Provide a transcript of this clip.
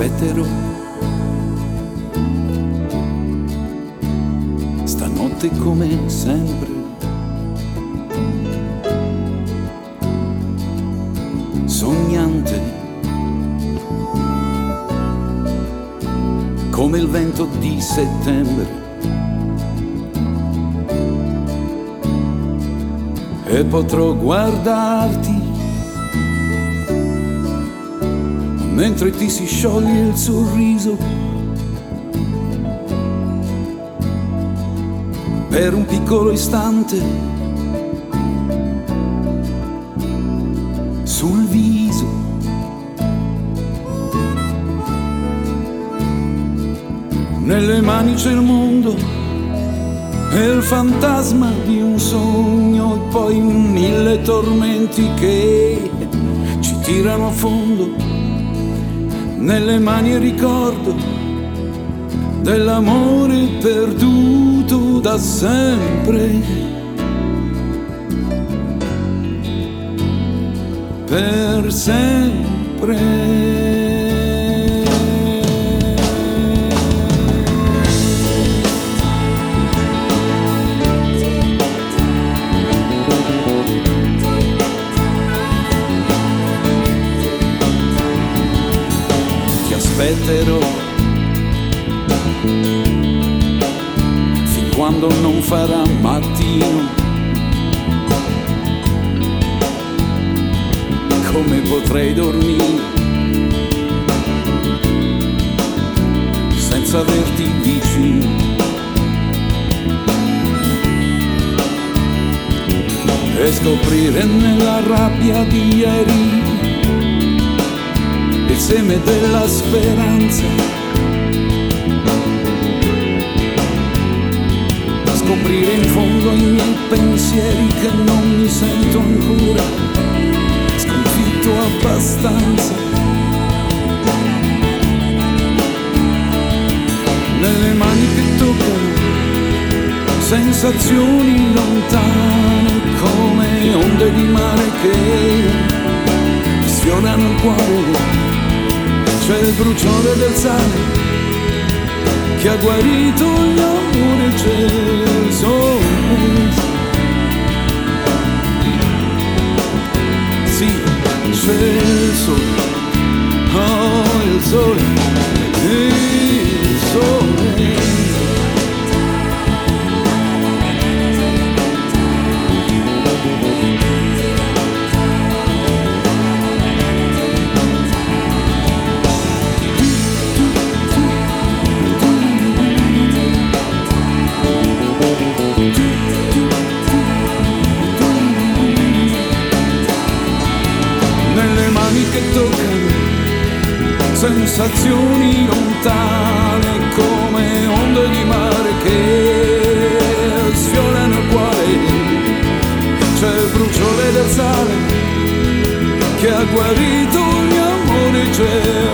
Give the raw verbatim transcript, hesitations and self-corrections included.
aspetterò stanotte come sempre, sognante come il vento di settembre, e potrò guardarti mentre ti si scioglie il sorriso per un piccolo istante sul viso. Nelle mani c'è il mondo e il fantasma di un sogno, e poi mille tormenti che ci tirano a fondo. Nelle mani il ricordo dell'amore perduto da sempre, per sempre. Aspetterò fin quando non farà mattino. Come potrei dormire senza averti vicino? E scoprire nella rabbia di ieri il seme della speranza, scoprire in fondo i miei pensieri che non mi sento ancora sconfitto abbastanza. Nelle mani che toccano sensazioni lontane come onde di mare che sfiorano il cuore. C'è il bruciore del sale che ha guarito gli amori, c'è il sole, sì, c'è il sole, oh il sole, il sole. Che toccano sensazioni lontane come onde di mare che sfiorano il cuore. C'è il bruciore del sale che ha guarito gli amori, c'è